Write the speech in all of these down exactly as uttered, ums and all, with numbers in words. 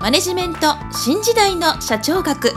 マネジメント新時代の社長学。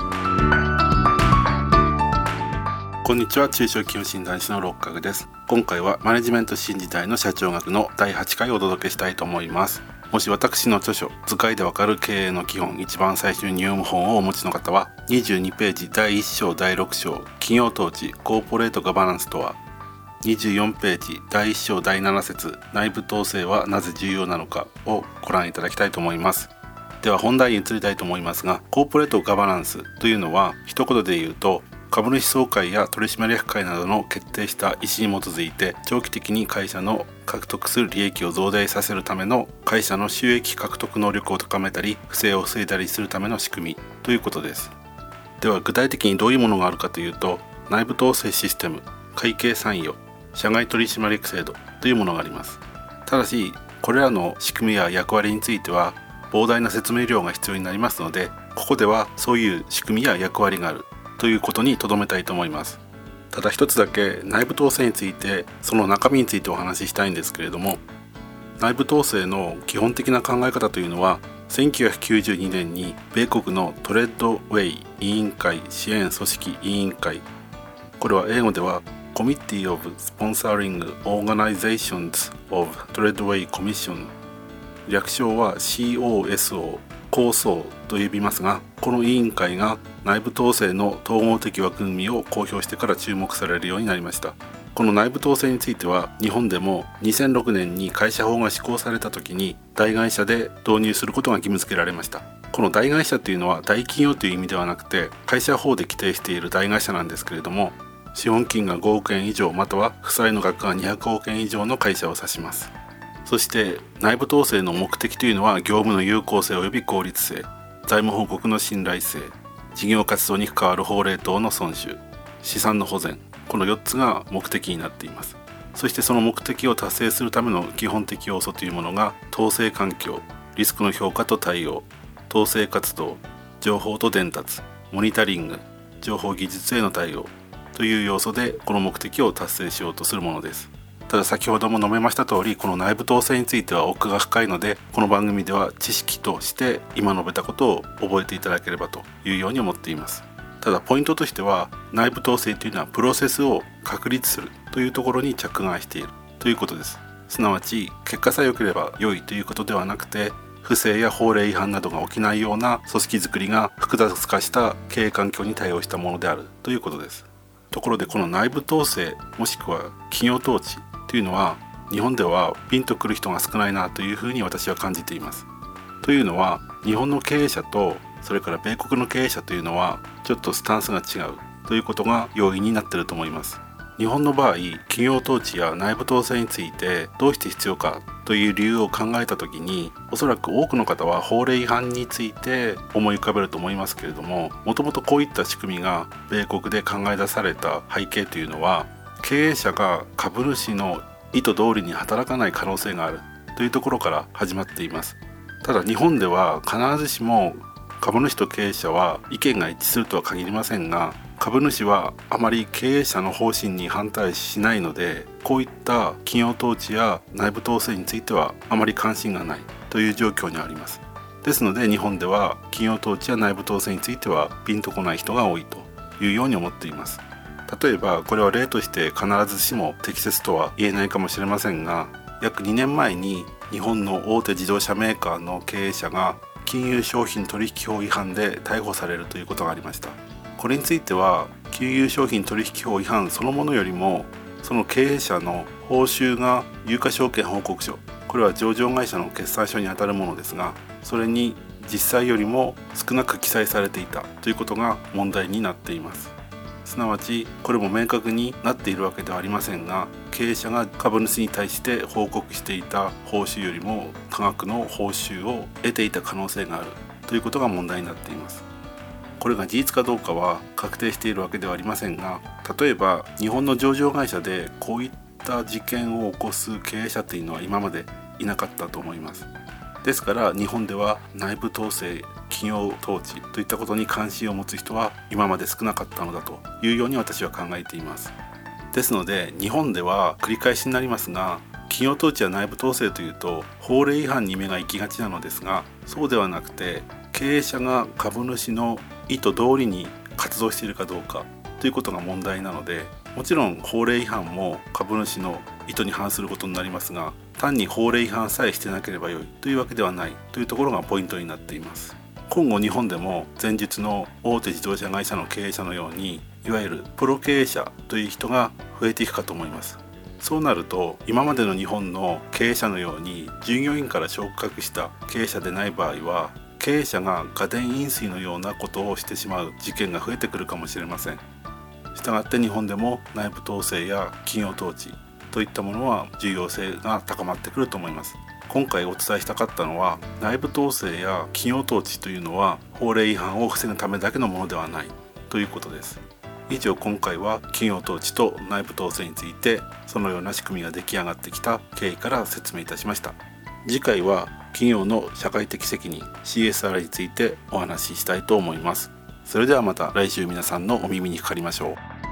こんにちは、中小企業診断士の六角です。今回はマネジメント新時代の社長学のだいはちかいをお届けしたいと思います。もし私の著書図解でわかる経営の基本、一番最初に読む本をお持ちの方はにじゅうにページだいいっ章だいろく章企業統治コーポレートガバナンスとは、にじゅうよんページだいいっ章だいなな節内部統制はなぜ重要なのかをご覧いただきたいと思います。では本題に移りたいと思いますが、コーポレートガバナンスというのは一言で言うと、株主総会や取締役会などの決定した意思に基づいて長期的に会社の獲得する利益を増大させるための会社の収益獲得能力を高めたり不正を防いだりするための仕組みということです。では具体的にどういうものがあるかというと、内部統制システム、会計参与、社外取締役制度というものがあります。ただしこれらの仕組みや役割については膨大な説明量が必要になりますので、ここではそういう仕組みや役割があるということに留めたいと思います。ただ一つだけ内部統制について、その中身についてお話ししたいんですけれども、内部統制の基本的な考え方というのはせんきゅうひゃくきゅうじゅうにねんに米国のトレッドウェイ委員会支援組織委員会、これは英語では Committee of Sponsoring Organizations of Treadway Commission、 略称は シーオーエスオー、 構想と呼びますが、この委員会が内部統制の統合的枠組みを公表してから注目されるようになりました。この内部統制については日本でもにせんろくねんに会社法が施行された時に大会社で導入することが義務付けられました。この大会社というのは大企業という意味ではなくて、会社法で規定している大会社なんですけれども、資本金がごおくえん以上または負債の額がにひゃくおくえん以上の会社を指します。そして内部統制の目的というのは業務の有効性及び効率性、財務報告の信頼性、事業活動に関わる法令等の遵守、資産の保全、このよっつが目的になっています。そしてその目的を達成するための基本的要素というものが、統制環境、リスクの評価と対応、統制活動、情報と伝達、モニタリング、情報技術への対応という要素でこの目的を達成しようとするものです。ただ先ほども述べました通り、この内部統制については奥が深いので、この番組では知識として今述べたことを覚えていただければというように思っています。ただポイントとしては、内部統制というのはプロセスを確立するというところに着眼しているということです。すなわち結果さえ良ければ良いということではなくて、不正や法令違反などが起きないような組織づくりが複雑化した経営環境に対応したものであるということです。ところでこの内部統制もしくは企業統治というのは日本ではピンとくる人が少ないなというふうに私は感じています。というのは日本の経営者とそれから米国の経営者というのはちょっとスタンスが違うということが要因になっていると思います。日本の場合、企業統治や内部統制についてどうして必要かという理由を考えたときに、おそらく多くの方は法令違反について思い浮かべると思いますけれども、もともとこういった仕組みが米国で考え出された背景というのは、経営者が株主の意図通りに働かない可能性があるというところから始まっています。ただ日本では必ずしも株主と経営者は意見が一致するとは限りませんが、株主はあまり経営者の方針に反対しないので、こういった企業統治や内部統制についてはあまり関心がないという状況にあります。ですので日本では企業統治や内部統制についてはピンとこない人が多いというように思っています。例えばこれは例として必ずしも適切とは言えないかもしれませんが、約にねんまえに日本の大手自動車メーカーの経営者が金融商品取引法違反で逮捕されるということがありました。これについては金融商品取引法違反そのものよりも、その経営者の報酬が有価証券報告書、これは上場会社の決算書にあたるものですが、それに実際よりも少なく記載されていたということが問題になっています。すなわちこれも明確になっているわけではありませんが、経営者が株主に対して報告していた報酬よりも多額の報酬を得ていた可能性があるということが問題になっています。これが事実かどうかは確定しているわけではありませんが、例えば日本の上場会社でこういった事件を起こす経営者というのは今までいなかったと思います。ですから日本では内部統制、企業統治といったことに関心を持つ人は今まで少なかったのだというように私は考えています。ですので日本では繰り返しになりますが、企業統治や内部統制というと法令違反に目が行きがちなのですが、そうではなくて経営者が株主の意図通りに活動しているかどうかということが問題なので、もちろん法令違反も株主の意図に反することになりますが、単に法令違反さえしてなければよいというわけではないというところがポイントになっています。今後日本でも前述の大手自動車会社の経営者のように、いわゆるプロ経営者という人が増えていくかと思います。そうなると今までの日本の経営者のように従業員から昇格した経営者でない場合は、経営者が家電飲水のようなことをしてしまう事件が増えてくるかもしれません。したがって日本でも内部統制や企業統治といったものは重要性が高まってくると思います。今回お伝えしたかったのは、内部統制や企業統治というのは法令違反を防ぐためだけのものではないということです。以上、今回は企業統治と内部統制について、そのような仕組みが出来上がってきた経緯から説明いたしました。次回は企業の社会的責任 シーエスアール についてお話ししたいと思います。それではまた来週皆さんのお耳にかかりましょう。